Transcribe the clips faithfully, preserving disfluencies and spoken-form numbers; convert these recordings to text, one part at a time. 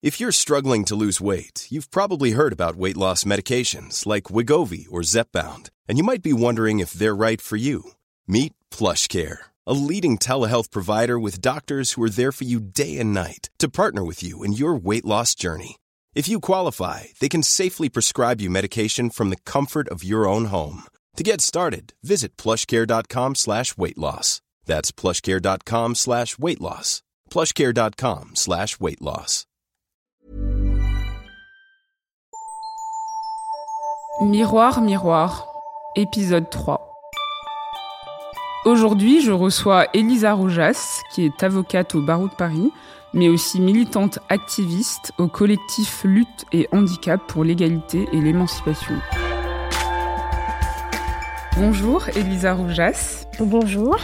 If you're struggling to lose weight, you've probably heard about weight loss medications like Wegovy or Zepbound, and you might be wondering if they're right for you. Meet PlushCare, a leading telehealth provider with doctors who are there for you day and night to partner with you in your weight loss journey. If you qualify, they can safely prescribe you medication from the comfort of your own home. To get started, visit plushcare.com slash weight loss. That's plushcare.com slash weight loss. plushcare.com slash weight loss. Miroir, miroir, épisode trois. Aujourd'hui, je reçois Elisa Rojas, qui est avocate au barreau de Paris, mais aussi militante activiste au collectif Lutte et Handicap pour l'égalité et l'émancipation. Bonjour Elisa Rojas. Bonjour.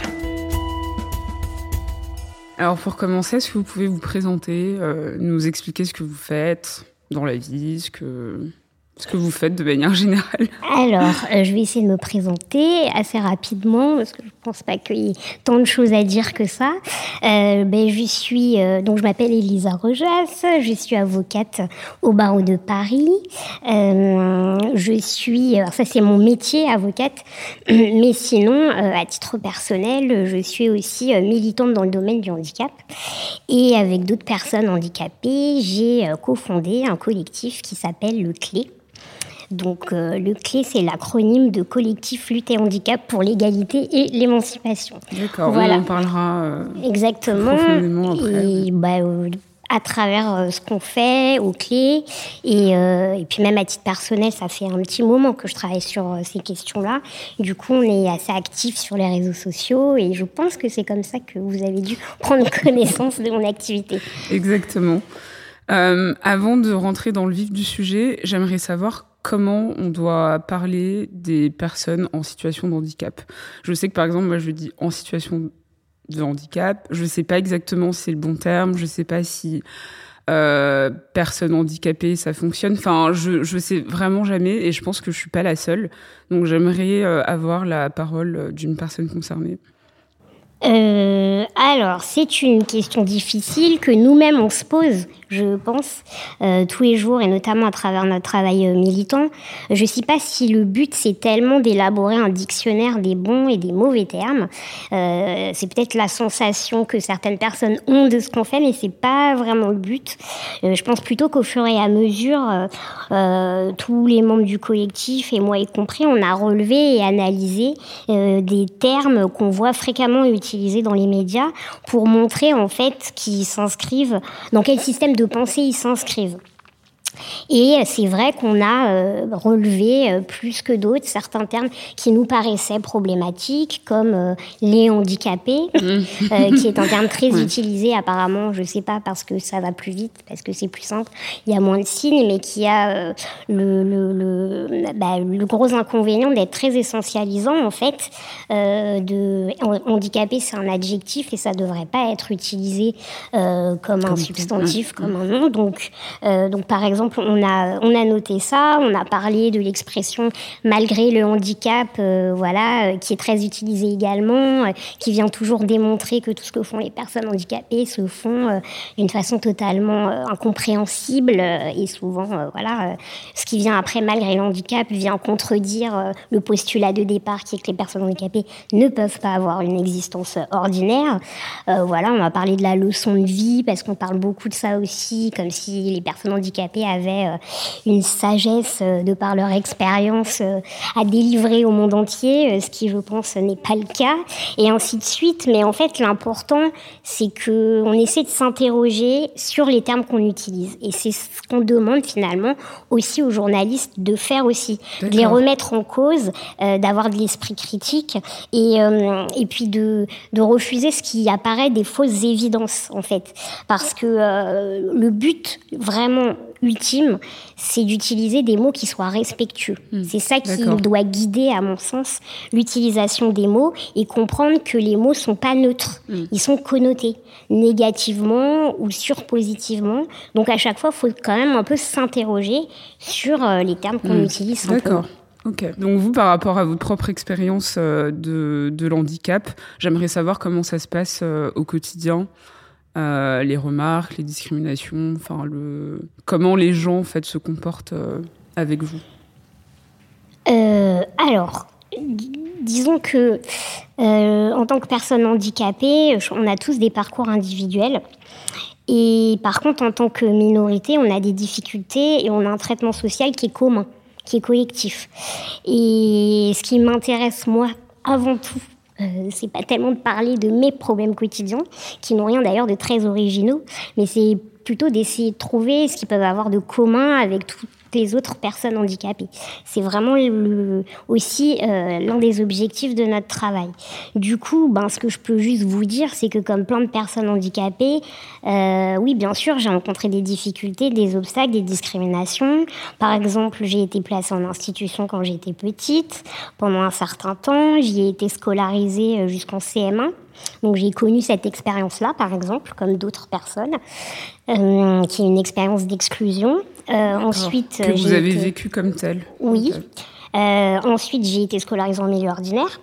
Alors pour commencer, est-ce que vous pouvez vous présenter, euh, nous expliquer ce que vous faites dans la vie, ce que... ce que vous faites de manière générale? Alors, euh, je vais essayer de me présenter assez rapidement, parce que je ne pense pas qu'il y ait tant de choses à dire que ça. Euh, ben, je suis, euh, donc je m'appelle Elisa Rojas, je suis avocate au barreau de Paris. Euh, je suis, alors ça c'est mon métier, avocate, mais sinon, euh, à titre personnel, je suis aussi euh, militante dans le domaine du handicap. Et avec d'autres personnes handicapées, j'ai euh, cofondé un collectif qui s'appelle le C L E. Donc, euh, le C L E, c'est l'acronyme de Collectif Lutte et Handicap pour l'égalité et l'émancipation. D'accord, voilà. On en parlera euh, exactement. profondément après. Et bah, euh, à travers euh, ce qu'on fait au C L E, et, euh, et puis même à titre personnel, ça fait un petit moment que je travaille sur euh, ces questions-là. Du coup, on est assez actifs sur les réseaux sociaux, et je pense que c'est comme ça que vous avez dû prendre connaissance de mon activité. Exactement. Euh, avant de rentrer dans le vif du sujet, j'aimerais savoir comment on doit parler des personnes en situation de handicap. Je sais que par exemple, moi je dis en situation de handicap, je ne sais pas exactement si c'est le bon terme, je ne sais pas si euh, personne handicapée ça fonctionne. Enfin, je ne sais vraiment jamais et je pense que je ne suis pas la seule. Donc j'aimerais euh, avoir la parole d'une personne concernée. Euh, alors, c'est une question difficile que nous-mêmes on se pose, je pense, euh, tous les jours et notamment à travers notre travail euh, militant. Je ne sais pas si le but c'est tellement d'élaborer un dictionnaire des bons et des mauvais termes. Euh, c'est peut-être la sensation que certaines personnes ont de ce qu'on fait, mais c'est pas vraiment le but. Euh, je pense plutôt qu'au fur et à mesure, euh, euh, tous les membres du collectif et moi y compris, on a relevé et analysé euh, des termes qu'on voit fréquemment utilisés dans les médias pour montrer en fait qu'ils s'inscrivent, dans quel système de pensée ils s'inscrivent. Et c'est vrai qu'on a euh, relevé euh, plus que d'autres certains termes qui nous paraissaient problématiques, comme euh, les handicapés, mmh. euh, qui est un terme très ouais. utilisé apparemment, je ne sais pas, parce que ça va plus vite, parce que c'est plus simple, il y a moins de signes, mais qui a euh, le, le, le, bah, le gros inconvénient d'être très essentialisant, en fait. Euh, de, handicapé, c'est un adjectif et ça ne devrait pas être utilisé euh, comme, comme un substantif, mmh. comme un nom. Donc, euh, donc par exemple, On a, on a noté ça, on a parlé de l'expression « malgré le handicap euh, », voilà, euh, qui est très utilisée également, euh, qui vient toujours démontrer que tout ce que font les personnes handicapées se font euh, d'une façon totalement euh, incompréhensible euh, et souvent, euh, voilà, euh, ce qui vient après « malgré le handicap » vient contredire euh, le postulat de départ qui est que les personnes handicapées ne peuvent pas avoir une existence ordinaire. Euh, voilà, on va parler de la leçon de vie parce qu'on parle beaucoup de ça aussi, comme si les personnes handicapées avaient euh, une sagesse euh, de par leur expérience euh, à délivrer au monde entier, euh, ce qui, je pense, n'est pas le cas, et ainsi de suite. Mais en fait, l'important, c'est qu'on essaie de s'interroger sur les termes qu'on utilise. Et c'est ce qu'on demande finalement aussi aux journalistes de faire aussi, D'accord. de les remettre en cause, euh, d'avoir de l'esprit critique et, euh, et puis de, de refuser ce qui apparaît des fausses évidences, en fait. Parce que euh, le but, vraiment, ultime, c'est d'utiliser des mots qui soient respectueux. Mmh, c'est ça qui d'accord. doit guider, à mon sens, l'utilisation des mots et comprendre que les mots ne sont pas neutres. Mmh. Ils sont connotés négativement ou surpositivement. Donc, à chaque fois, il faut quand même un peu s'interroger sur euh, les termes qu'on mmh. utilise simplement. D'accord. Ok. Donc vous, par rapport à votre propre expérience euh, de, de l'handicap, j'aimerais savoir comment ça se passe euh, au quotidien. euh, les remarques, les discriminations, enfin le comment les gens en fait se comportent euh, avec vous. Euh, alors, disons que euh, en tant que personne handicapée, on a tous des parcours individuels. Et par contre, en tant que minorité, on a des difficultés et on a un traitement social qui est commun, qui est collectif. Et ce qui m'intéresse, moi, avant tout, euh, c'est pas tellement de parler de mes problèmes quotidiens, qui n'ont rien d'ailleurs de très originaux, mais c'est plutôt d'essayer de trouver ce qu'ils peuvent avoir de commun avec toutes les autres personnes handicapées. C'est vraiment le, aussi euh, l'un des objectifs de notre travail. Du coup, ben, ce que je peux juste vous dire, c'est que comme plein de personnes handicapées, euh, oui, bien sûr, j'ai rencontré des difficultés, des obstacles, des discriminations. Par exemple, j'ai été placée en institution quand j'étais petite, pendant un certain temps. J'y ai été scolarisée jusqu'en C M un. Donc j'ai connu cette expérience-là, par exemple, comme d'autres personnes, euh, qui est une expérience d'exclusion. Euh, ensuite, que vous j'ai avez été... vécu comme tel. Oui. Euh, ensuite, j'ai été scolarisée en milieu ordinaire.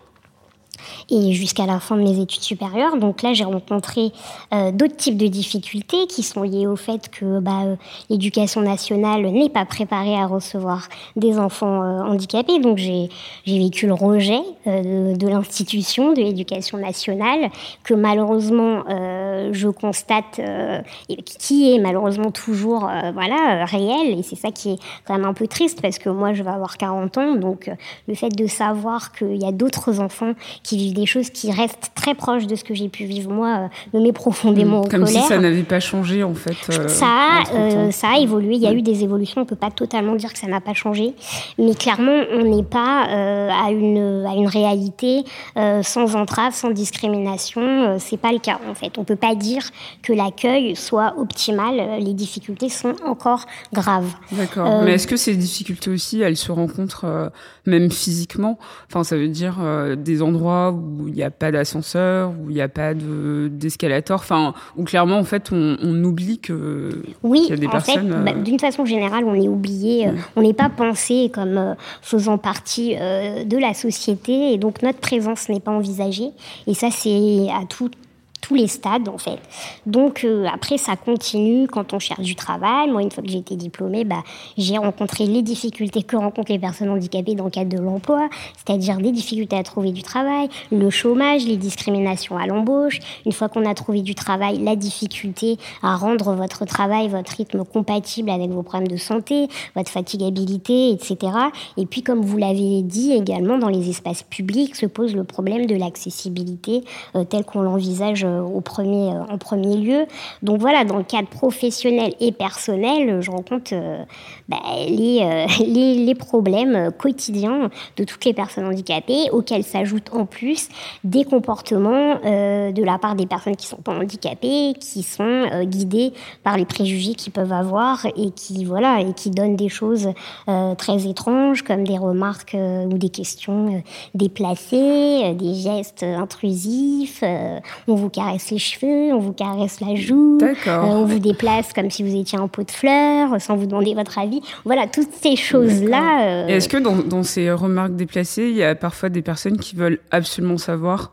Et jusqu'à la fin de mes études supérieures. Donc là, j'ai rencontré euh, d'autres types de difficultés qui sont liées au fait que bah, euh, l'éducation nationale n'est pas préparée à recevoir des enfants euh, handicapés. Donc j'ai, j'ai vécu le rejet euh, de, de l'institution de l'éducation nationale que malheureusement, euh, je constate, euh, qui est malheureusement toujours euh, voilà, euh, réel. Et c'est ça qui est quand même un peu triste parce que moi, je vais avoir quarante ans. Donc euh, le fait de savoir qu'il y a d'autres enfants qui vivent des choses qui restent très proches de ce que j'ai pu vivre moi, euh, me met profondément mmh, en comme colère. Comme si ça n'avait pas changé en fait. Euh, ça, a, euh, ça a évolué, il y a mmh. eu des évolutions, on ne peut pas totalement dire que ça n'a pas changé, mais clairement on n'est pas euh, à, une, à une réalité euh, sans entrave, sans discrimination, euh, c'est pas le cas en fait. On ne peut pas dire que l'accueil soit optimal, les difficultés sont encore graves. D'accord, euh, mais est-ce que ces difficultés aussi, elles se rencontrent euh, même physiquement ? Enfin, ça veut dire euh, des endroits où il n'y a pas d'ascenseur, où il n'y a pas de, d'escalator, enfin, où clairement, en fait, on, on oublie que, oui, qu'il y a des en personnes... fait, euh... bah, d'une façon générale, on est oublié, euh, on n'est pas pensé comme euh, faisant partie euh, de la société, et donc notre présence n'est pas envisagée, et ça, c'est à tout tous les stades en fait. Donc euh, après ça continue quand on cherche du travail. Moi une fois que j'ai été diplômée, bah, j'ai rencontré les difficultés que rencontrent les personnes handicapées dans le cadre de l'emploi, c'est-à-dire des difficultés à trouver du travail, le chômage, les discriminations à l'embauche. Une fois qu'on a trouvé du travail, la difficulté à rendre votre travail, votre rythme compatible avec vos problèmes de santé, votre fatigabilité, et cetera. Et puis comme vous l'avez dit également, dans les espaces publics se pose le problème de l'accessibilité euh, tel qu'on l'envisage Au premier, en premier lieu. Donc voilà, dans le cadre professionnel et personnel, je rencontre euh, bah, les, euh, les, les problèmes quotidiens de toutes les personnes handicapées, auxquels s'ajoutent en plus des comportements euh, de la part des personnes qui ne sont pas handicapées, qui sont euh, guidées par les préjugés qu'ils peuvent avoir et qui, voilà, et qui donnent des choses euh, très étranges, comme des remarques euh, ou des questions euh, déplacées, euh, des gestes intrusifs. Euh, on vous caresse les cheveux, on vous caresse la joue, euh, on vous déplace comme si vous étiez un pot de fleurs, sans vous demander votre avis. Voilà, toutes ces choses-là... Euh... Et est-ce que dans, dans ces remarques déplacées, il y a parfois des personnes qui veulent absolument savoir,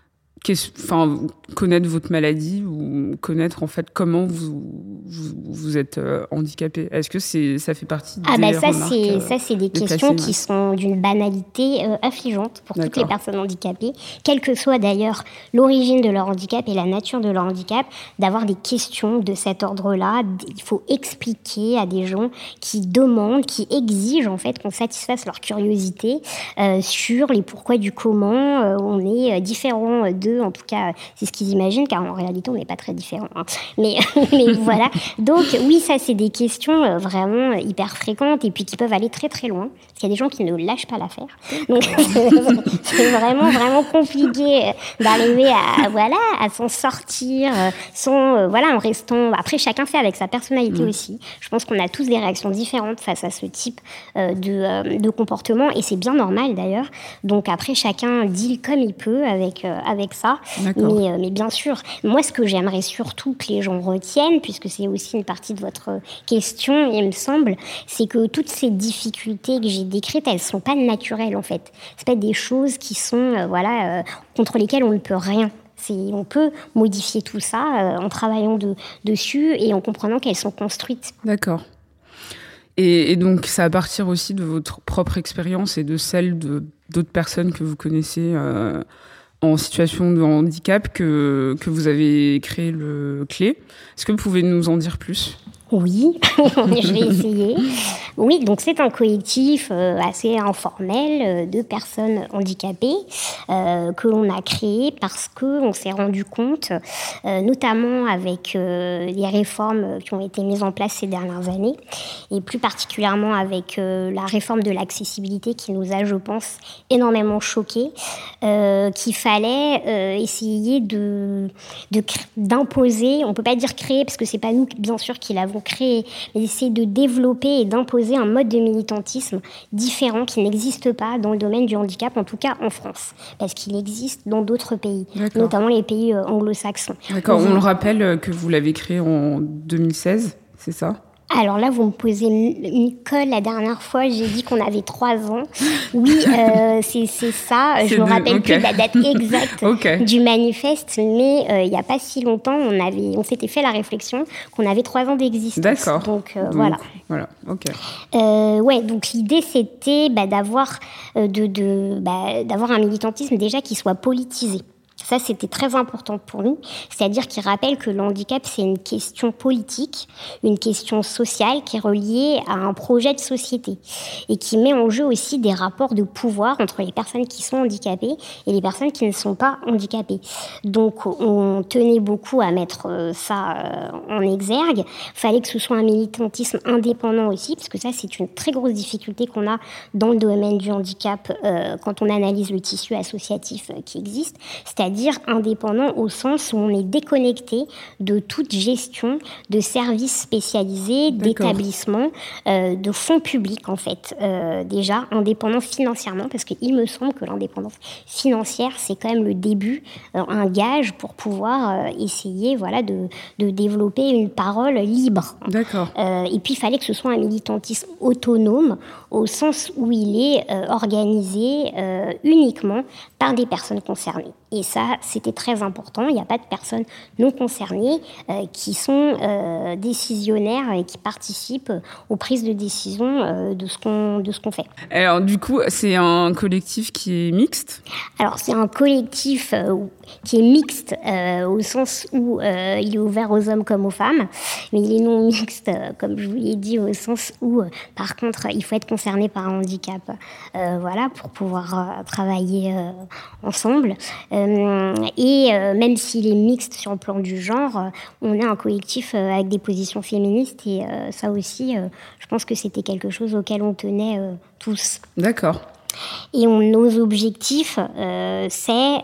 enfin, connaître votre maladie ou connaître en fait comment vous, vous, vous êtes euh, handicapé ? Est-ce que c'est, ça fait partie ah des bah ça, remarques c'est, euh, ça, c'est des déplacées, questions ouais. qui sont d'une banalité euh, affligeante pour D'accord. toutes les personnes handicapées, quelle que soit d'ailleurs l'origine de leur handicap et la nature de leur handicap, d'avoir des questions de cet ordre-là. Il faut expliquer à des gens qui demandent, qui exigent en fait qu'on satisfasse leur curiosité euh, sur les pourquoi du comment. Euh, on est euh, différents d'eux, en tout cas, c'est ce qu'ils imaginent, car en réalité, on n'est pas très différents. Hein. Mais, mais voilà. Donc, oui, ça, c'est des questions euh, vraiment hyper fréquentes et puis qui peuvent aller très, très loin. Parce qu'il y a des gens qui ne lâchent pas l'affaire. Donc, c'est vraiment, vraiment compliqué d'arriver à, voilà, à s'en sortir sans, euh, voilà, en restant... Après, chacun fait avec sa personnalité mmh. aussi. Je pense qu'on a tous des réactions différentes face à ce type euh, de, euh, de comportement et c'est bien normal, d'ailleurs. Donc, après, chacun deal comme il peut avec, euh, avec ça. Mais, euh, mais bien sûr, moi, ce que j'aimerais surtout que les gens retiennent, puisque c'est aussi une partie de votre question, il me semble, c'est que toutes ces difficultés que j'ai décrites, elles ne sont pas naturelles, en fait. Ce pas des choses qui sont, euh, voilà, euh, contre lesquelles on ne peut rien. C'est, on peut modifier tout ça euh, en travaillant de, dessus et en comprenant qu'elles sont construites. D'accord. Et, et donc, c'est à partir aussi de votre propre expérience et de celle de, d'autres personnes que vous connaissez euh, en situation de handicap que, que vous avez créé le C L E. Est-ce que vous pouvez nous en dire plus ? Oui, je vais essayer. Oui, donc c'est un collectif euh, assez informel euh, de personnes handicapées euh, que l'on a créé parce qu'on s'est rendu compte, euh, notamment avec euh, les réformes qui ont été mises en place ces dernières années, et plus particulièrement avec euh, la réforme de l'accessibilité qui nous a, je pense, énormément choqués, euh, qu'il fallait euh, essayer de, de, d'imposer, on ne peut pas dire créer parce que c'est pas nous, bien sûr, qui l'avons créer, mais essayer de développer et d'imposer un mode de militantisme différent qui n'existe pas dans le domaine du handicap, en tout cas en France, parce qu'il existe dans d'autres pays, D'accord. notamment les pays euh, anglo-saxons. D'accord, on le rappelle que vous l'avez créé en deux mille seize, c'est ça ? Alors là, vous me posez une colle. La dernière fois, j'ai dit qu'on avait trois ans. Oui, euh, c'est, c'est ça. C'est je ne me rappelle okay. plus de la date exacte okay. du manifeste, mais euh, il n'y a pas si longtemps, on, avait, on s'était fait la réflexion qu'on avait trois ans d'existence. D'accord. Donc, euh, donc voilà. Voilà, ok. Euh, ouais, donc l'idée, c'était bah, d'avoir, euh, de, de, bah, d'avoir un militantisme déjà qui soit politisé. Ça, c'était très important pour nous, c'est-à-dire qu'il rappelle que le handicap, c'est une question politique, une question sociale qui est reliée à un projet de société et qui met en jeu aussi des rapports de pouvoir entre les personnes qui sont handicapées et les personnes qui ne sont pas handicapées. Donc, on tenait beaucoup à mettre ça en exergue. Il fallait que ce soit un militantisme indépendant aussi, parce que ça, c'est une très grosse difficulté qu'on a dans le domaine du handicap euh, quand on analyse le tissu associatif qui existe, c'est-à-dire dire indépendant au sens où on est déconnecté de toute gestion de services spécialisés, D'accord. d'établissements, euh, de fonds publics en fait. Euh, déjà, indépendant financièrement, parce qu'il me semble que l'indépendance financière, c'est quand même le début, euh, un gage pour pouvoir euh, essayer voilà, de, de développer une parole libre. D'accord. Euh, et puis, il fallait que ce soit un militantisme autonome, au sens où il est euh, organisé euh, uniquement par des personnes concernées. Et ça, c'était très important. Il n'y a pas de personnes non concernées euh, qui sont euh, décisionnaires et qui participent aux prises de décision euh, de ce qu'on, de ce qu'on fait. Alors, du coup, c'est un collectif qui est mixte ? Alors, c'est un collectif euh, qui est mixte euh, au sens où euh, il est ouvert aux hommes comme aux femmes, mais il est non mixte, euh, comme je vous l'ai dit, au sens où, euh, par contre, il faut être concerné par un handicap, euh, voilà, pour pouvoir euh, travailler euh, ensemble. Euh, et euh, même s'il est mixte sur le plan du genre, euh, on est un collectif euh, avec des positions féministes et euh, ça aussi, euh, je pense que c'était quelque chose auquel on tenait euh, tous. D'accord. Et on, nos objectifs, euh, c'est,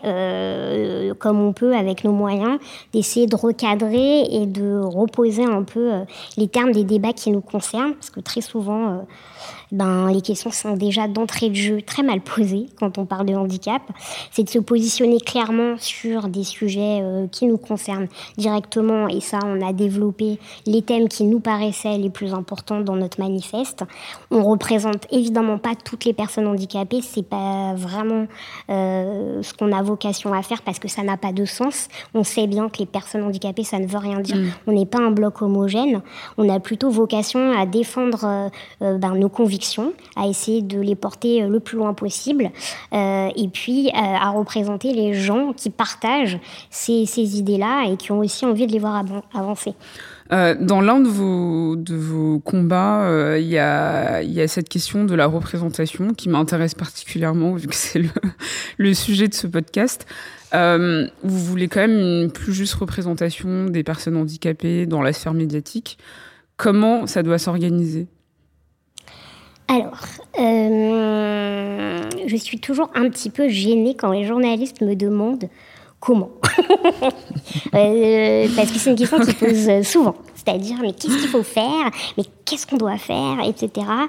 euh, comme on peut avec nos moyens, d'essayer de recadrer et de reposer un peu euh, les termes des débats qui nous concernent, parce que très souvent, euh, ben, les questions sont déjà d'entrée de jeu très mal posées quand on parle de handicap. C'est de se positionner clairement sur des sujets euh, qui nous concernent directement, et ça, on a développé les thèmes qui nous paraissaient les plus importants dans notre manifeste. On représente évidemment pas toutes les personnes handicapées, c'est pas vraiment euh, ce qu'on a vocation à faire parce que ça n'a pas de sens. On sait bien que les personnes handicapées, ça ne veut rien dire. Mmh. On n'est pas un bloc homogène. On a plutôt vocation à défendre euh, euh, ben, nos convictions, à essayer de les porter le plus loin possible, euh, et puis euh, à représenter les gens qui partagent ces, ces idées-là et qui ont aussi envie de les voir av- avancer. Euh, dans l'un de vos, de vos combats, il euh, y, a, y a cette question de la représentation qui m'intéresse particulièrement, vu que c'est le, le sujet de ce podcast. Euh, vous voulez quand même une plus juste représentation des personnes handicapées dans la sphère médiatique. Comment ça doit s'organiser ? Alors, euh, je suis toujours un petit peu gênée quand les journalistes me demandent comment. euh, parce que c'est une question qu'ils posent souvent. C'est-à-dire, mais qu'est-ce qu'il faut faire ? Mais qu'est-ce qu'on doit faire, et cetera.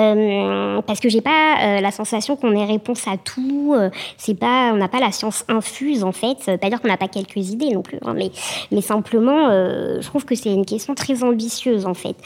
Euh, parce que j'ai pas euh, la sensation qu'on ait réponse à tout. Euh, c'est pas, on n'a pas la science infuse en fait. Ça veut pas dire qu'on n'a pas quelques idées non plus, hein, mais mais simplement, euh, je trouve que c'est une question très ambitieuse en fait.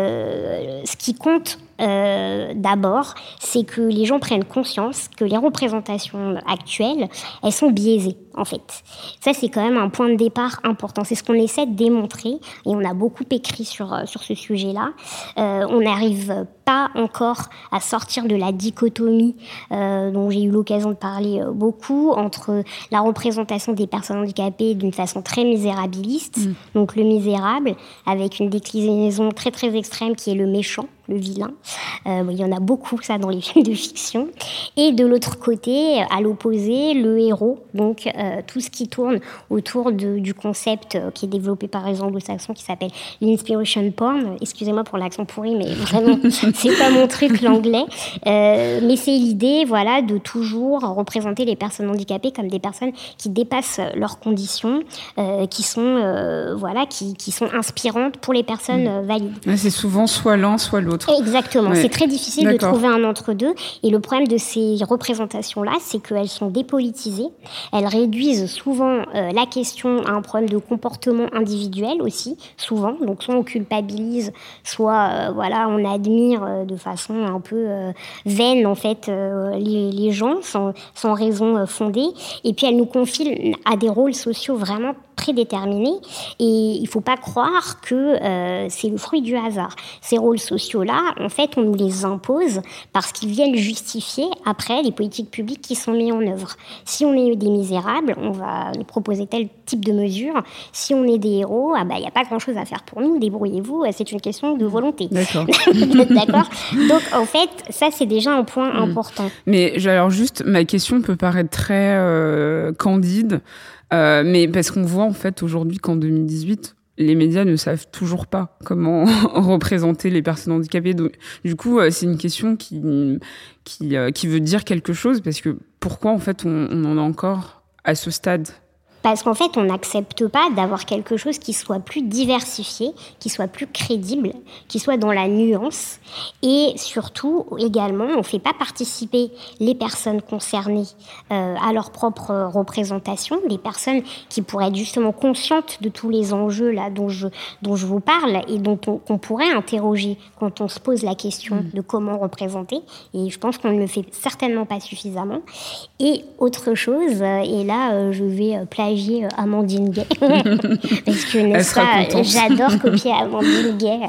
Euh, ce qui compte Euh, d'abord, c'est que les gens prennent conscience que les représentations actuelles, elles sont biaisées, en fait. Ça, c'est quand même un point de départ important. C'est ce qu'on essaie de démontrer, et on a beaucoup écrit sur, sur ce sujet-là. Euh, on n'arrive pas encore à sortir de la dichotomie euh, dont j'ai eu l'occasion de parler euh, beaucoup, entre la représentation des personnes handicapées d'une façon très misérabiliste, mmh. donc le misérable, avec une déclinaison très très extrême qui est le méchant, le vilain. Euh, bon, il y en a beaucoup, ça, dans les films de fiction. Et de l'autre côté, à l'opposé, le héros, donc euh, tout ce qui tourne autour de, du concept euh, qui est développé par les anglo-saxons, qui s'appelle l'inspiration porn. Excusez-moi pour l'accent pourri, mais vraiment, c'est pas mon truc, l'anglais. Euh, mais c'est l'idée, voilà, de toujours représenter les personnes handicapées comme des personnes qui dépassent leurs conditions, euh, qui sont, euh, voilà, qui, qui sont inspirantes pour les personnes mmh. euh, valides. Ouais, c'est souvent soit l'un, soit l'autre. Exactement, ouais. C'est très difficile D'accord. de trouver un entre-deux. Et le problème de ces représentations-là, c'est qu'elles sont dépolitisées. Elles réduisent souvent euh, la question à un problème de comportement individuel aussi, souvent. Donc soit on culpabilise, soit euh, voilà, on admire euh, de façon un peu euh, vaine en fait euh, les, les gens sans, sans raison euh, fondée. Et puis elles nous confient à des rôles sociaux vraiment prédéterminés. Et il ne faut pas croire que euh, c'est le fruit du hasard. Ces rôles sociaux-là, en fait, on nous les impose parce qu'ils viennent justifier, après, les politiques publiques qui sont mises en œuvre. Si on est des misérables, on va nous proposer tel type de mesures. Si on est des héros, ah bah, il n'y a pas grand-chose à faire pour nous, débrouillez-vous, c'est une question de volonté. D'accord. D'accord. Donc, en fait, ça, c'est déjà un point mmh. important. Mais alors, juste, ma question peut paraître très euh, candide, euh, mais parce qu'on voit, en fait, aujourd'hui qu'en deux mille dix-huit, les médias ne savent toujours pas comment représenter les personnes handicapées. Donc, du coup, c'est une question qui, qui, qui veut dire quelque chose, parce que pourquoi, en fait, on, on en est encore à ce stade ? Parce qu'en fait, on n'accepte pas d'avoir quelque chose qui soit plus diversifié, qui soit plus crédible, qui soit dans la nuance. Et surtout, également, on ne fait pas participer les personnes concernées euh, à leur propre représentation, les personnes qui pourraient être justement conscientes de tous les enjeux là, dont, je, dont je vous parle et dont on, qu'on pourrait interroger quand on se pose la question mmh. de comment représenter. Et je pense qu'on ne le fait certainement pas suffisamment. Et autre chose, et là, je vais plagier Amandine Gay parce que n'est-ce pas, j'adore copier Amandine Gay.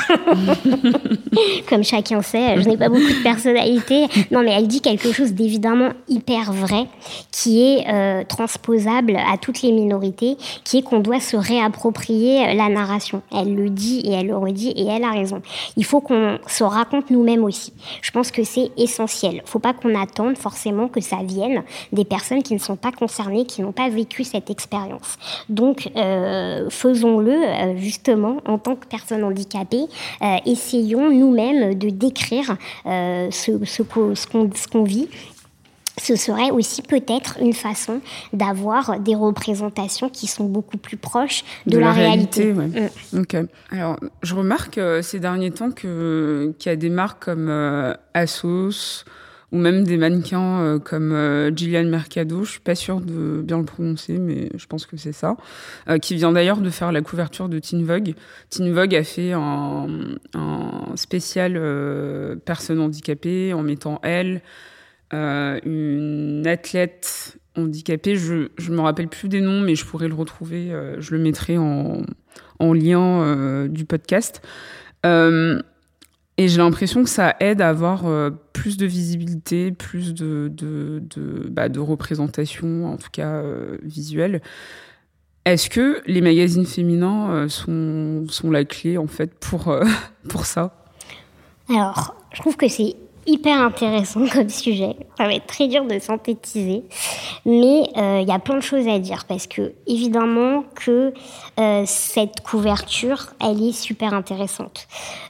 Comme chacun sait, je n'ai pas beaucoup de personnalité. Non, mais elle dit quelque chose d'évidemment hyper vrai, qui est euh, transposable à toutes les minorités, qui est qu'on doit se réapproprier la narration. Elle le dit et elle le redit et elle a raison. Il faut qu'on se raconte nous-mêmes aussi. Je pense que c'est essentiel. Il ne faut pas qu'on attende forcément que ça vienne des personnes qui ne sont pas concernées, qui n'ont pas vécu cette expérience. Donc, euh, faisons-le euh, justement en tant que personnes handicapées. Euh, essayons nous-mêmes de décrire euh, ce, ce, qu'on, ce, qu'on, ce qu'on vit. Ce serait aussi peut-être une façon d'avoir des représentations qui sont beaucoup plus proches de, de la, la réalité. réalité ouais. mmh. Ok. Alors, je remarque euh, ces derniers temps que, qu'il y a des marques comme euh, Asos, ou même des mannequins euh, comme euh, Gillian Mercado, je suis pas sûre de bien le prononcer, mais je pense que c'est ça, euh, qui vient d'ailleurs de faire la couverture de Teen Vogue. Teen Vogue a fait un, un spécial euh, personnes handicapées en mettant elle, euh, une athlète handicapée, je je me rappelle plus des noms, mais je pourrais le retrouver, euh, je le mettrai en, en lien euh, du podcast. Euh, Et j'ai l'impression que ça aide à avoir euh, plus de visibilité, plus de, de, de, bah, de représentation, en tout cas euh, visuelle. Est-ce que les magazines féminins euh, sont, sont la clé, en fait, pour, euh, pour ça ? Alors, je trouve que c'est hyper intéressant comme sujet. Ça va être très dur de synthétiser, mais il euh, y a plein de choses à dire parce que évidemment que euh, cette couverture, elle est super intéressante.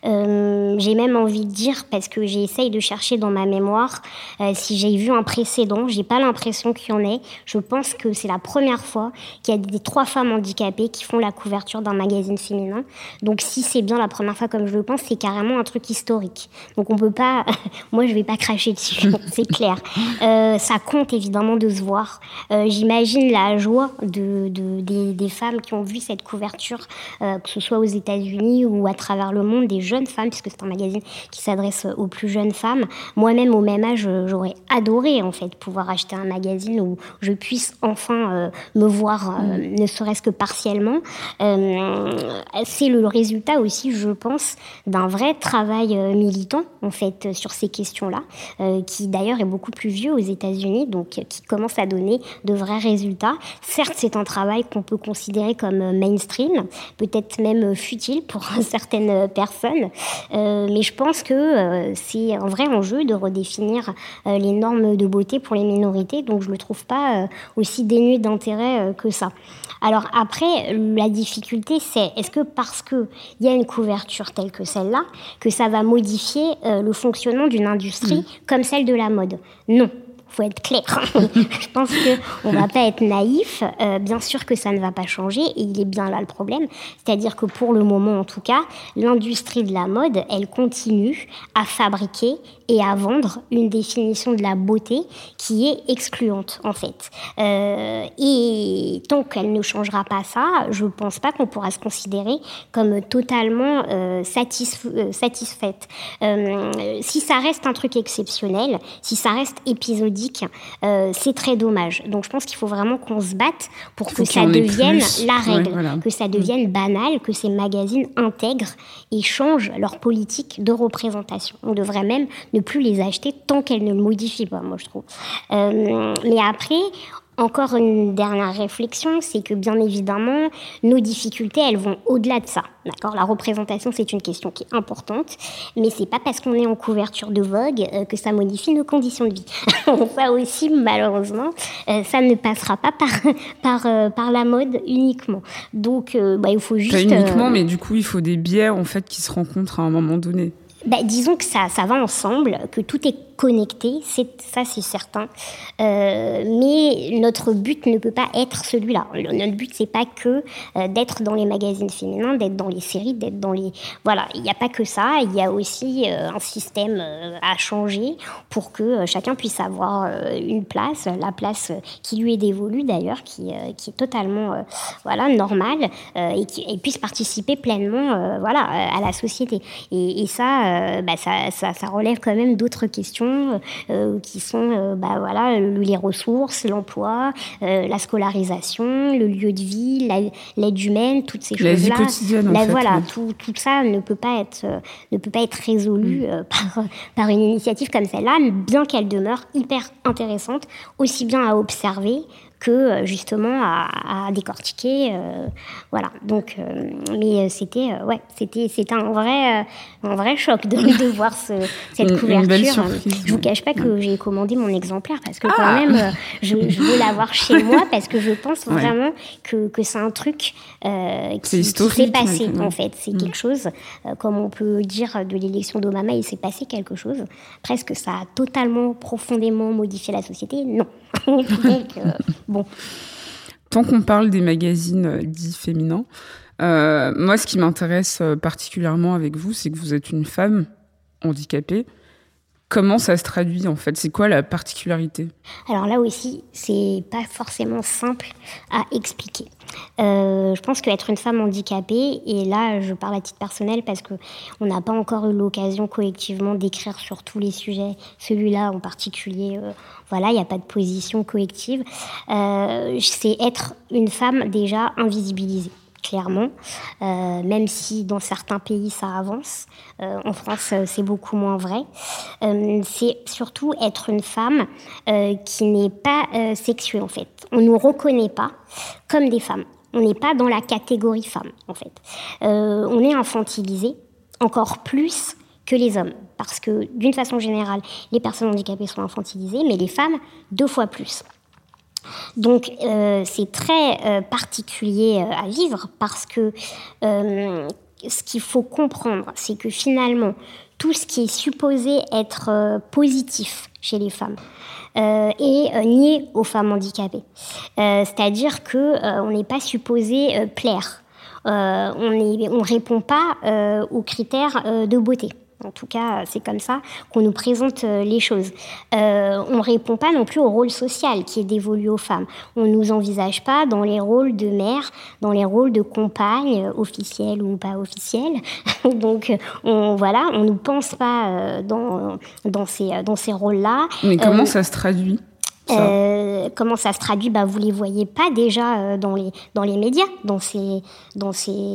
Euh, j'ai même envie de dire, parce que j'essaye de chercher dans ma mémoire euh, si j'ai vu un précédent. J'ai pas l'impression qu'il y en ait. Je pense que c'est la première fois qu'il y a des trois femmes handicapées qui font la couverture d'un magazine féminin. Donc si c'est bien la première fois comme je le pense, c'est carrément un truc historique. Donc on peut pas... Moi, je vais pas cracher dessus, c'est clair. Euh, ça compte évidemment de se voir. Euh, j'imagine la joie de, de, des, des femmes qui ont vu cette couverture, euh, que ce soit aux États-Unis ou à travers le monde, des jeunes femmes, puisque c'est un magazine qui s'adresse aux plus jeunes femmes. Moi-même, au même âge, j'aurais adoré en fait pouvoir acheter un magazine où je puisse enfin euh, me voir, euh, mmh. ne serait-ce que partiellement. Euh, c'est le résultat aussi, je pense, d'un vrai travail euh, militant en fait sur ces questions-là, euh, qui d'ailleurs est beaucoup plus vieux aux États-Unis, donc euh, qui commence à donner de vrais résultats. Certes, c'est un travail qu'on peut considérer comme euh, mainstream, peut-être même euh, futile pour certaines personnes, euh, mais je pense que euh, c'est un vrai enjeu de redéfinir euh, les normes de beauté pour les minorités, donc je ne le trouve pas euh, aussi dénué d'intérêt euh, que ça. Alors après, la difficulté, c'est est-ce que parce qu'il y a une couverture telle que celle-là, que ça va modifier euh, le fonctionnement d'une industrie mmh. comme celle de la mode ? Non. Faut être clair. Je pense qu'on ne va pas être naïf. Euh, bien sûr que ça ne va pas changer et il est bien là le problème. C'est-à-dire que pour le moment, en tout cas, l'industrie de la mode, elle continue à fabriquer et à vendre une définition de la beauté qui est excluante, en fait. Euh, et tant qu'elle ne changera pas ça, je ne pense pas qu'on pourra se considérer comme totalement euh, satisf- euh, satisfaite. Euh, si ça reste un truc exceptionnel, si ça reste épisodique, Euh, c'est très dommage. Donc je pense qu'il faut vraiment qu'on se batte pour que ça devienne la règle, ouais, voilà. que ça devienne banal, que ces magazines intègrent et changent leur politique de représentation. On devrait même ne plus les acheter tant qu'elles ne le modifient pas, moi je trouve. Euh, mais après... Encore une dernière réflexion, c'est que bien évidemment, nos difficultés, elles vont au-delà de ça. D'accord ? La représentation, c'est une question qui est importante, mais c'est pas parce qu'on est en couverture de Vogue euh, que ça modifie nos conditions de vie. Ça aussi, malheureusement, euh, ça ne passera pas par par euh, par la mode uniquement. Donc, euh, bah, il faut juste. Pas uniquement, euh... mais du coup, il faut des biais en fait qui se rencontrent à un moment donné. Bah, disons que ça, ça va ensemble, que tout est connecté, c'est, ça c'est certain. Euh, mais notre but ne peut pas être celui-là. Notre but, c'est pas que euh, d'être dans les magazines féminins, d'être dans les séries, d'être dans les... Voilà, il n'y a pas que ça. Il y a aussi euh, un système euh, à changer pour que euh, chacun puisse avoir euh, une place, la place qui lui est dévolue d'ailleurs, qui, euh, qui est totalement euh, voilà, normale euh, et qui et puisse participer pleinement euh, voilà, à la société. Et, et ça, euh, bah, ça, ça, ça relève quand même d'autres questions Euh, qui sont euh, bah, voilà, les ressources, l'emploi, euh, la scolarisation, le lieu de vie, la, l'aide humaine, toutes ces la choses-là. La vie quotidienne, la, en fait. Voilà, oui. tout, tout ça ne peut pas être, euh, ne peut pas être résolu mmh. euh, par, par une initiative comme celle-là, bien qu'elle demeure hyper intéressante, aussi bien à observer que justement à, à décortiquer, euh, voilà. Donc, euh, mais c'était, euh, ouais, c'était, c'était un vrai, euh, un vrai choc de, de voir ce, cette une, couverture. Une belle surprise, je vous cache pas que ouais. j'ai commandé mon exemplaire parce que ah quand même, euh, je, je veux l'avoir chez moi parce que je pense ouais. vraiment que que c'est un truc euh, qui, qui s'est passé en fait. C'est mmh. quelque chose, euh, comme on peut dire de l'élection d'Obama, il s'est passé quelque chose. Presque ça a totalement, profondément modifié la société. Non. Donc, euh, bon. Tant qu'on parle des magazines euh, dits féminins, euh, moi, ce qui m'intéresse euh, particulièrement avec vous, c'est que vous êtes une femme handicapée. Comment ça se traduit, en fait ? C'est quoi la particularité ? Alors là aussi, c'est pas forcément simple à expliquer. Euh, je pense qu'être une femme handicapée, et là, je parle à titre personnel parce qu'on n'a pas encore eu l'occasion collectivement d'écrire sur tous les sujets, celui-là en particulier, euh, voilà, il n'y a pas de position collective. Euh, c'est être une femme déjà invisibilisée. Clairement, euh, même si dans certains pays ça avance, euh, en France c'est beaucoup moins vrai. Euh, c'est surtout être une femme euh, qui n'est pas euh, sexuée en fait. On ne nous reconnaît pas comme des femmes. On n'est pas dans la catégorie femme en fait. Euh, on est infantilisé encore plus que les hommes. Parce que, d'une façon générale, les personnes handicapées sont infantilisées, mais les femmes, deux fois plus. Donc, euh, c'est très euh, particulier euh, à vivre parce que euh, ce qu'il faut comprendre, c'est que finalement, tout ce qui est supposé être euh, positif chez les femmes euh, est euh, nié aux femmes handicapées. Euh, c'est-à-dire qu'on euh, n'est pas supposé euh, plaire. Euh, on ne répond pas euh, aux critères euh, de beauté. En tout cas, c'est comme ça qu'on nous présente euh, les choses. Euh, on ne répond pas non plus au rôle social qui est dévolu aux femmes. On ne nous envisage pas dans les rôles de mère, dans les rôles de compagne, officielles ou pas officielles. Donc, on voilà, on ne nous pense pas euh, dans, dans ces, dans ces rôles-là. Mais comment euh, ça se traduit ? Ça. Euh, comment ça se traduit ? Bah, vous les voyez pas déjà euh, dans les dans les médias, dans ces dans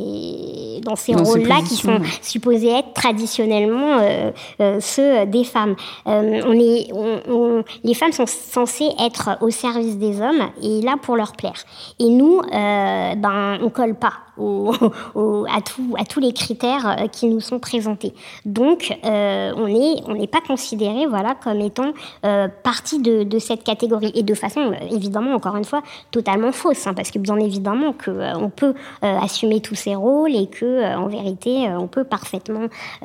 ces dans ces dans rôles-là ces qui sont ouais. supposés être traditionnellement euh, euh, ceux des femmes. Euh, on est on, on, les femmes sont censées être au service des hommes et là pour leur plaire. Et nous, euh, ben on colle pas au, au, à tout à tous les critères qui nous sont présentés. Donc euh, on est on n'est pas considéré voilà comme étant euh, partie de de cette catégorie. Et de façon, évidemment, encore une fois, totalement fausse, hein, parce que bien évidemment qu'on euh, peut euh, assumer tous ces rôles et que, euh, en vérité, euh, on peut parfaitement,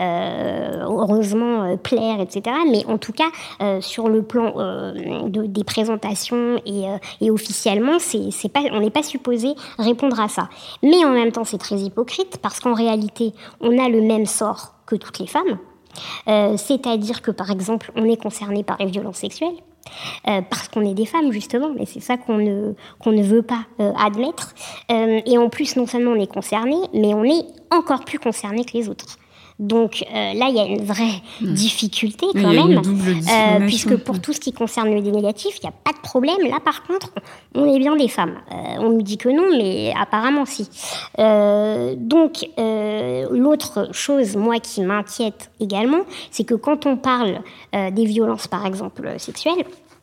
euh, heureusement, euh, plaire, et cetera. Mais en tout cas, euh, sur le plan euh, de, des présentations et, euh, et officiellement, c'est, c'est pas, on n'est pas supposé répondre à ça. Mais en même temps, c'est très hypocrite, parce qu'en réalité, on a le même sort que toutes les femmes. Euh, c'est-à-dire que, par exemple, on est concerné par les violences sexuelles. Euh, parce qu'on est des femmes justement, mais c'est ça qu'on ne, qu'on ne veut pas euh, admettre. Euh, et en plus, non seulement on est concerné, mais on est encore plus concerné que les autres. Donc euh, là, il y a une vraie mmh. difficulté quand même, euh, puisque pour tout ce qui concerne le négatif, il n'y a pas de problème. Là, par contre, on est bien des femmes. Euh, on nous dit que non, mais apparemment si. Euh, donc, euh, l'autre chose, moi, qui m'inquiète également, c'est que quand on parle euh, des violences, par exemple, sexuelles,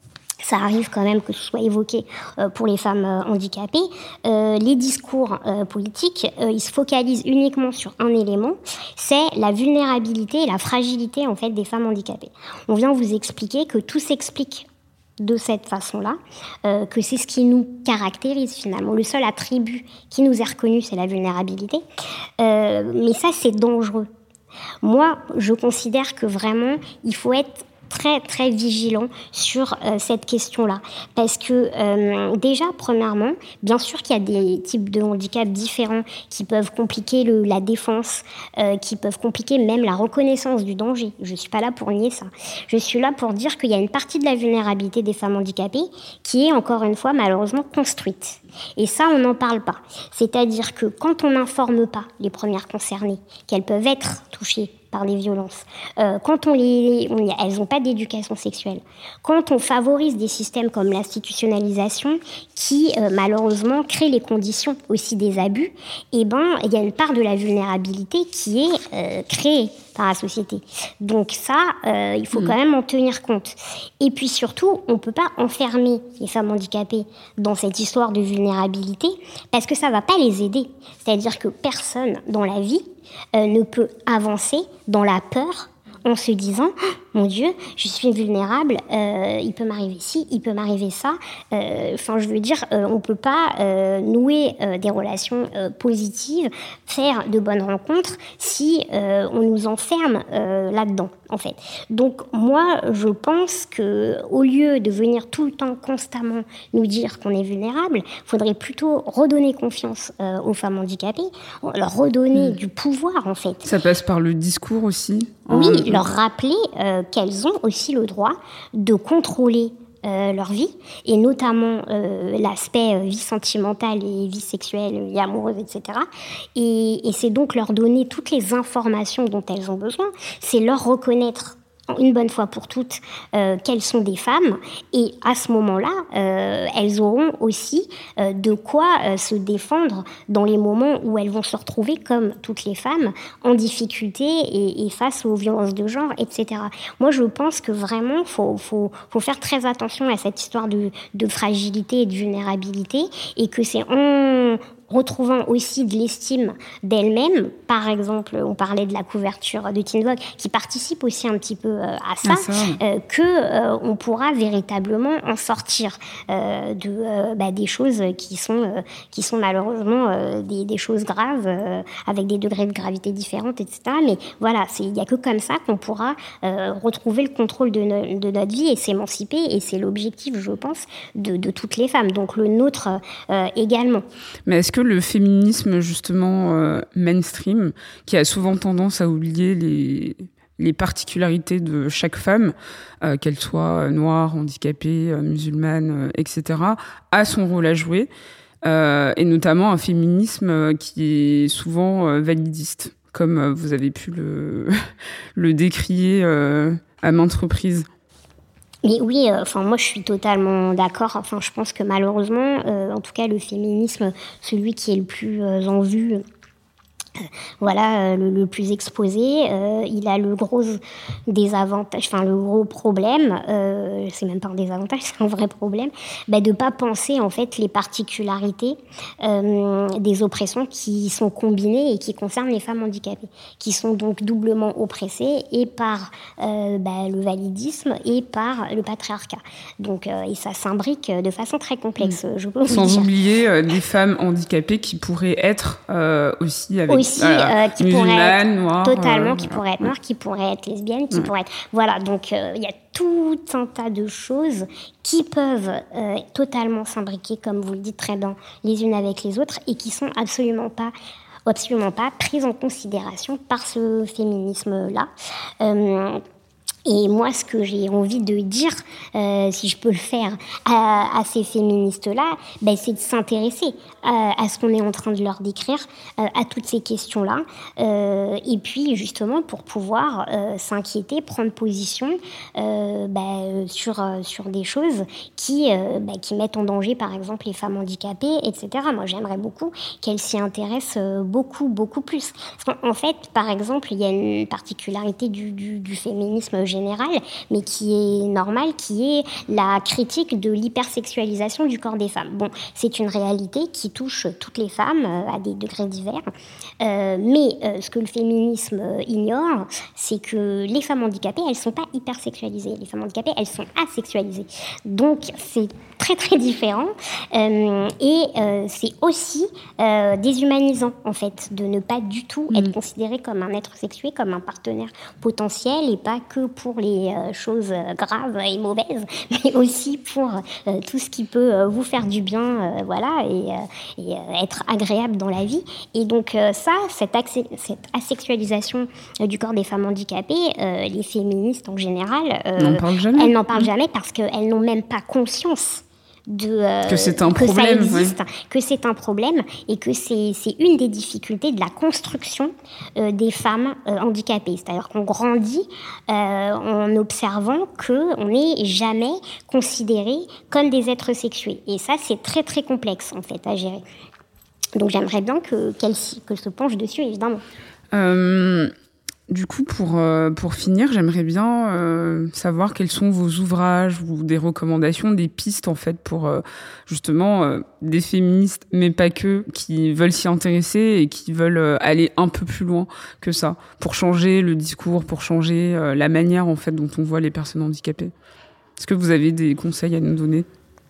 ça arrive quand même que ce soit évoqué euh, pour les femmes euh, handicapées. Euh, les discours euh, politiques, euh, ils se focalisent uniquement sur un élément, c'est la vulnérabilité et la fragilité en fait des femmes handicapées. On vient vous expliquer que tout s'explique de cette façon-là, euh, que c'est ce qui nous caractérise finalement. Le seul attribut qui nous est reconnu, c'est la vulnérabilité. Euh, mais ça, c'est dangereux. Moi, je considère que vraiment, il faut être très très vigilant sur euh, cette question-là, parce que euh, déjà premièrement, bien sûr qu'il y a des types de handicaps différents qui peuvent compliquer le, la défense, euh, qui peuvent compliquer même la reconnaissance du danger. Je suis pas là pour nier ça. Je suis là pour dire qu'il y a une partie de la vulnérabilité des femmes handicapées qui est encore une fois malheureusement construite. Et ça, on n'en parle pas. C'est-à-dire que quand on n'informe pas les premières concernées qu'elles peuvent être touchées par des violences, euh, quand on les, on, elles n'ont pas d'éducation sexuelle, quand on favorise des systèmes comme l'institutionnalisation qui euh, malheureusement créent les conditions aussi des abus, eh ben il y a une part de la vulnérabilité qui est euh, créée par la société. Donc ça, euh, il faut mmh. quand même en tenir compte. Et puis surtout, on ne peut pas enfermer les femmes handicapées dans cette histoire de vulnérabilité parce que ça ne va pas les aider. C'est-à-dire que personne dans la vie euh, ne peut avancer dans la peur en se disant oh, « Mon Dieu, je suis vulnérable, euh, il peut m'arriver ci, il peut m'arriver ça. Euh, » Enfin, je veux dire, euh, on ne peut pas euh, nouer euh, des relations euh, positives, faire de bonnes rencontres si euh, on nous enferme euh, là-dedans, en fait. Donc, moi, je pense qu'au lieu de venir tout le temps, constamment, nous dire qu'on est vulnérable, il faudrait plutôt redonner confiance euh, aux femmes handicapées, leur redonner mmh. du pouvoir, en fait. Ça passe par le discours aussi. Oui, en... leur rappeler euh, qu'elles ont aussi le droit de contrôler euh, leur vie, et notamment euh, l'aspect euh, vie sentimentale et vie sexuelle et amoureuse, et cetera. Et, et c'est donc leur donner toutes les informations dont elles ont besoin, c'est leur reconnaître une bonne fois pour toutes euh, qu'elles sont des femmes, et à ce moment-là, euh, elles auront aussi euh, de quoi euh, se défendre dans les moments où elles vont se retrouver, comme toutes les femmes, en difficulté et, et face aux violences de genre, et cetera. Moi, je pense que vraiment, faut, faut, faut faire très attention à cette histoire de, de fragilité et de vulnérabilité, et que c'est en retrouvant aussi de l'estime d'elles-mêmes. Par exemple, on parlait de la couverture de Teen Vogue, qui participe aussi un petit peu euh, à ça, ah, ça. Euh, que euh, on pourra véritablement en sortir euh, de euh, bah, des choses qui sont euh, qui sont malheureusement euh, des, des choses graves euh, avec des degrés de gravité différents, et cetera. Mais voilà, il n'y a que comme ça qu'on pourra euh, retrouver le contrôle de, no- de notre vie et s'émanciper. Et c'est l'objectif, je pense, de, de toutes les femmes. Donc le nôtre euh, également. Mais est-ce que le féminisme, justement, euh, mainstream, qui a souvent tendance à oublier les, les particularités de chaque femme, euh, qu'elle soit noire, handicapée, euh, musulmane, euh, et cetera, a son rôle à jouer, euh, et notamment un féminisme qui est souvent euh, validiste, comme euh, vous avez pu le, le décrier euh, à maintes reprises? Mais oui, enfin euh, moi je suis totalement d'accord. Enfin je pense que malheureusement, euh, en tout cas le féminisme, celui qui est le plus euh, en vue, euh, voilà, euh, le, le plus exposé, euh, il a le gros désavantage, enfin le gros problème, euh, c'est même pas un désavantage, c'est un vrai problème, bah, de pas penser en fait les particularités euh, des oppressions qui sont combinées et qui concernent les femmes handicapées, qui sont donc doublement oppressées et par euh, bah, le validisme et par le patriarcat. Donc euh, et ça s'imbrique de façon très complexe. Je peux Sans vous dire. oublier euh, des femmes handicapées qui pourraient être euh, aussi avec aussi euh, qui musulmanes, pourraient être noires, totalement, euh, qui voilà. pourraient être noires, qui pourraient être lesbiennes, qui ouais. pourraient être voilà. Donc il euh, y a tout un tas de choses qui peuvent euh, totalement s'imbriquer, comme vous le dites très bien, les unes avec les autres, et qui sont absolument pas absolument pas prises en considération par ce féminisme-là. Euh, Et moi, ce que j'ai envie de dire, euh, si je peux le faire à, à ces féministes-là, ben, c'est de s'intéresser à, à ce qu'on est en train de leur décrire, euh, à toutes ces questions-là, euh, et puis justement pour pouvoir euh, s'inquiéter, prendre position euh, ben, sur, euh, sur des choses qui, euh, ben, qui mettent en danger, par exemple, les femmes handicapées, et cetera. Moi, j'aimerais beaucoup qu'elles s'y intéressent euh, beaucoup, beaucoup plus. Parce qu'en fait, par exemple, il y a une particularité du, du, du féminisme général, mais qui est normale, qui est la critique de l'hypersexualisation du corps des femmes. Bon, c'est une réalité qui touche toutes les femmes euh, à des degrés divers, euh, mais euh, ce que le féminisme euh, ignore, c'est que les femmes handicapées, elles ne sont pas hypersexualisées. Les femmes handicapées, elles sont asexualisées. Donc, c'est très, très différent. Euh, et euh, c'est aussi euh, déshumanisant, en fait, de ne pas du tout mmh. être considéré comme un être sexué, comme un partenaire potentiel, et pas que pour les euh, choses graves et mauvaises, mais aussi pour euh, tout ce qui peut euh, vous faire du bien, euh, voilà, et, euh, et euh, être agréable dans la vie. Et donc euh, ça, cette, accé- cette asexualisation euh, du corps des femmes handicapées, euh, les féministes en général, euh, n'en parlent jamais. elles n'en parlent jamais parce qu'elles n'ont même pas conscience de, euh, que c'est un que problème, ça existe, ouais. que c'est un problème et que c'est, c'est une des difficultés de la construction euh, des femmes euh, handicapées. C'est-à-dire qu'on grandit euh, en observant qu'on n'est jamais considérés comme des êtres sexués. Et ça, c'est très, très complexe, en fait, à gérer. Donc, j'aimerais bien que, qu'elle, que se penche dessus, évidemment. Euh... Du coup, pour, euh, pour finir, j'aimerais bien euh, savoir quels sont vos ouvrages ou des recommandations, des pistes en fait pour euh, justement euh, des féministes, mais pas que, qui veulent s'y intéresser et qui veulent euh, aller un peu plus loin que ça, pour changer le discours, pour changer euh, la manière en fait dont on voit les personnes handicapées. Est-ce que vous avez des conseils à nous donner ?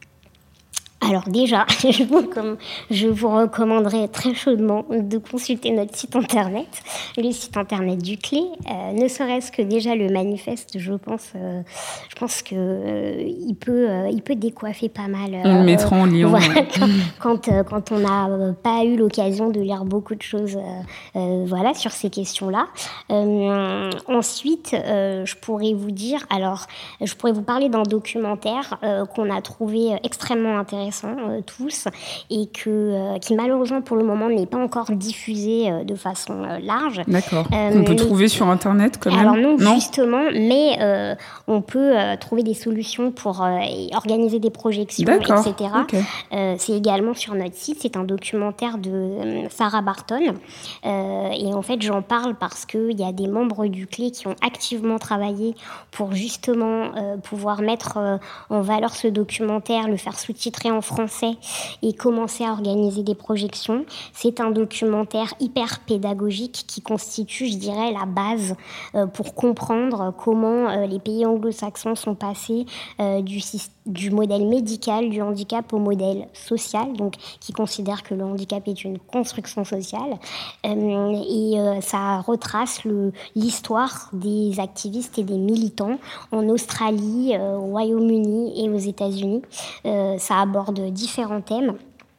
Alors déjà, je vous, je vous recommanderais très chaudement de consulter notre site internet, le site internet du C L E, euh, ne serait-ce que déjà le manifeste, je pense, euh, je pense que euh, il peut, euh, il peut décoiffer pas mal. Euh, on le mettra en lien. Voilà, ouais. quand, quand, euh, quand on n'a euh, pas eu l'occasion de lire beaucoup de choses, euh, euh, voilà, sur ces questions-là. Euh, ensuite, euh, je pourrais vous dire, alors, je pourrais vous parler d'un documentaire euh, qu'on a trouvé extrêmement intéressant. Euh, tous et que, euh, qui malheureusement pour le moment n'est pas encore diffusé euh, de façon euh, large. D'accord. Euh, on peut mais... trouver sur internet quand même. Alors non, non justement, mais euh, on peut euh, trouver des solutions pour euh, organiser des projections, D'accord. et cetera. Okay. Euh, c'est également sur notre site. C'est un documentaire de euh, Sarah Barton euh, et en fait j'en parle parce que il y a des membres du C L E qui ont activement travaillé pour justement euh, pouvoir mettre euh, en valeur ce documentaire, le faire sous-titrer en en français et commencer à organiser des projections. C'est un documentaire hyper pédagogique qui constitue, je dirais, la base euh, pour comprendre comment euh, les pays anglo-saxons sont passés euh, du, du modèle médical du handicap au modèle social, donc qui considère que le handicap est une construction sociale. Euh, et euh, ça retrace le, l'histoire des activistes et des militants en Australie, euh, au Royaume-Uni et aux États-Unis. Euh, ça aborde différents thèmes.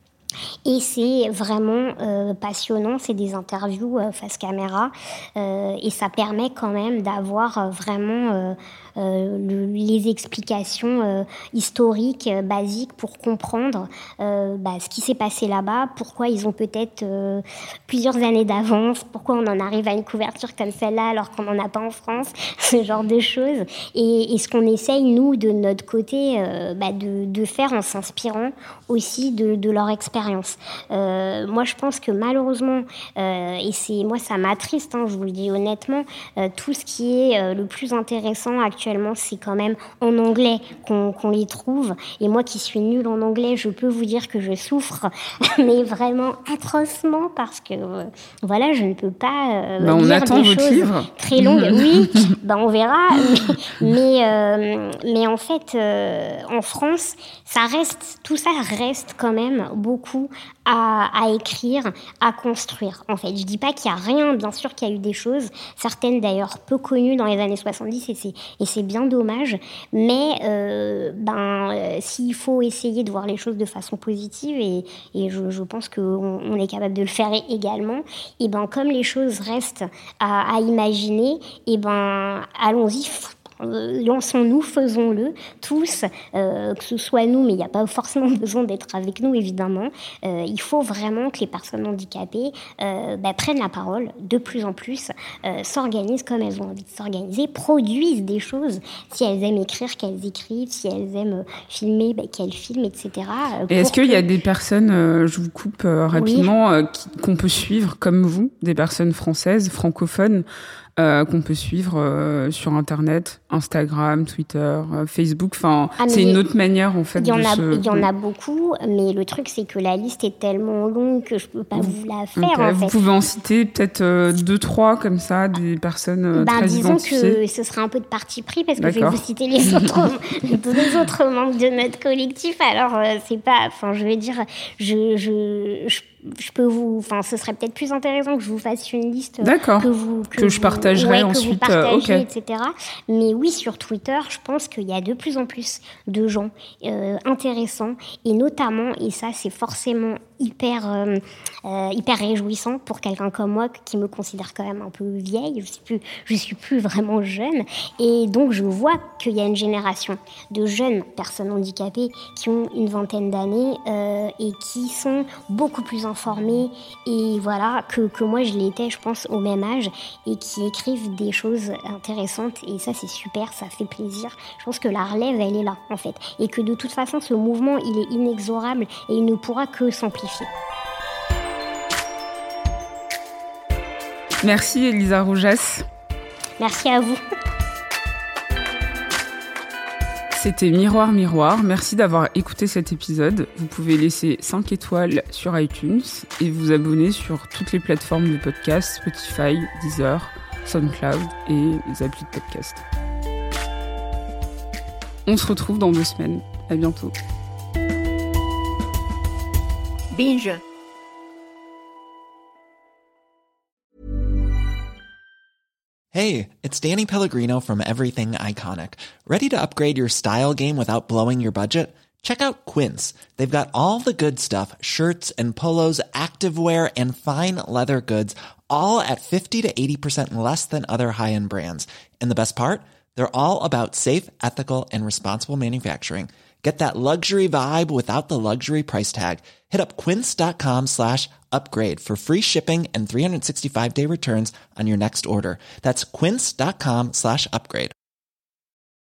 Et c'est vraiment euh, passionnant, c'est des interviews euh, face caméra euh, et ça permet quand même d'avoir euh, vraiment euh, euh, le, les explications euh, historiques, euh, basiques pour comprendre euh, bah, ce qui s'est passé là-bas, pourquoi ils ont peut-être euh, plusieurs années d'avance, pourquoi on en arrive à une couverture comme celle-là alors qu'on n'en a pas en France, ce genre de choses. Et, et ce qu'on essaye, nous, de notre côté, euh, bah, de, de faire en s'inspirant aussi de, de leur expérience. Euh, moi, je pense que malheureusement, euh, et c'est moi, ça m'attriste, hein, je vous le dis honnêtement, euh, tout ce qui est euh, le plus intéressant actuellement, c'est quand même en anglais qu'on, qu'on les trouve. Et moi, qui suis nulle en anglais, je peux vous dire que je souffre, mais vraiment atrocement parce que euh, voilà, je ne peux pas euh, bah, on lire attend des votre choses livre. très longues. Oui, bah, on verra. Mais, mais, euh, mais en fait, euh, en France, ça reste, tout ça reste quand même beaucoup À, à écrire, à construire. En fait, je dis pas qu'il y a rien, bien sûr qu'il y a eu des choses, certaines d'ailleurs peu connues dans les années soixante-dix, et c'est, et c'est bien dommage, mais euh, ben, euh, s'il faut essayer de voir les choses de façon positive, et, et je, je pense qu'on on est capable de le faire également, et ben, comme les choses restent à, à imaginer, et ben, allons-y, Euh, lançons-nous, faisons-le tous, euh, que ce soit nous, mais il n'y a pas forcément besoin d'être avec nous, évidemment. Euh, il faut vraiment que les personnes handicapées euh, bah, prennent la parole de plus en plus, euh, s'organisent comme elles ont envie de s'organiser, produisent des choses, si elles aiment écrire, qu'elles écrivent, si elles aiment filmer, bah, qu'elles filment, et cetera. Et est-ce qu'il que... y a des personnes, euh, je vous coupe euh, rapidement, oui. euh, qui, qu'on peut suivre comme vous, des personnes françaises, francophones, Euh, qu'on peut suivre euh, sur Internet, Instagram, Twitter, euh, Facebook. Enfin, ah, c'est une autre manière, en fait, de se... Il y en a beaucoup, mais le truc, c'est que la liste est tellement longue que je peux pas vous la faire, okay. en Vous fait. pouvez en citer peut-être euh, deux, trois, comme ça, des personnes euh, ben, très disons identifiées. Disons que ce sera un peu de parti pris, parce que D'accord. je vais vous citer les autres, les autres membres de notre collectif. Alors, euh, c'est pas... Enfin, je vais dire... Je... je, je je peux vous, enfin, ce serait peut-être plus intéressant que je vous fasse une liste D'accord. que vous que, que je vous, partagerai ouais, ensuite, que vous partagez, euh, okay. et cetera. Mais oui, sur Twitter, je pense qu'il y a de plus en plus de gens euh, intéressants et notamment, et ça c'est forcément hyper euh, euh, hyper réjouissant pour quelqu'un comme moi qui me considère quand même un peu vieille. Je suis plus, je suis plus vraiment jeune et donc je vois qu'il y a une génération de jeunes personnes handicapées qui ont une vingtaine d'années euh, et qui sont beaucoup plus informés et voilà que, que moi je l'étais je pense au même âge et qui écrivent des choses intéressantes et ça c'est super, ça fait plaisir. Je pense que la relève elle est là en fait et que de toute façon ce mouvement il est inexorable et il ne pourra que s'amplifier. Merci Elisa Roujas. Merci à vous. C'était Miroir Miroir, merci d'avoir écouté cet épisode. Vous pouvez laisser cinq étoiles sur iTunes et vous abonner sur toutes les plateformes de podcast, Spotify, Deezer, SoundCloud et les applis de podcast. On se retrouve dans deux semaines. À bientôt. Binge. Hey, it's Danny Pellegrino from Everything Iconic. Ready to upgrade your style game without blowing your budget? Check out Quince. They've got all the good stuff, shirts and polos, activewear, and fine leather goods, all at fifty to eighty percent less than other high-end brands. And the best part? They're all about safe, ethical, and responsible manufacturing. Get that luxury vibe without the luxury price tag. Hit up quince.com slash upgrade for free shipping and three sixty-five day returns on your next order. That's quince.com slash upgrade.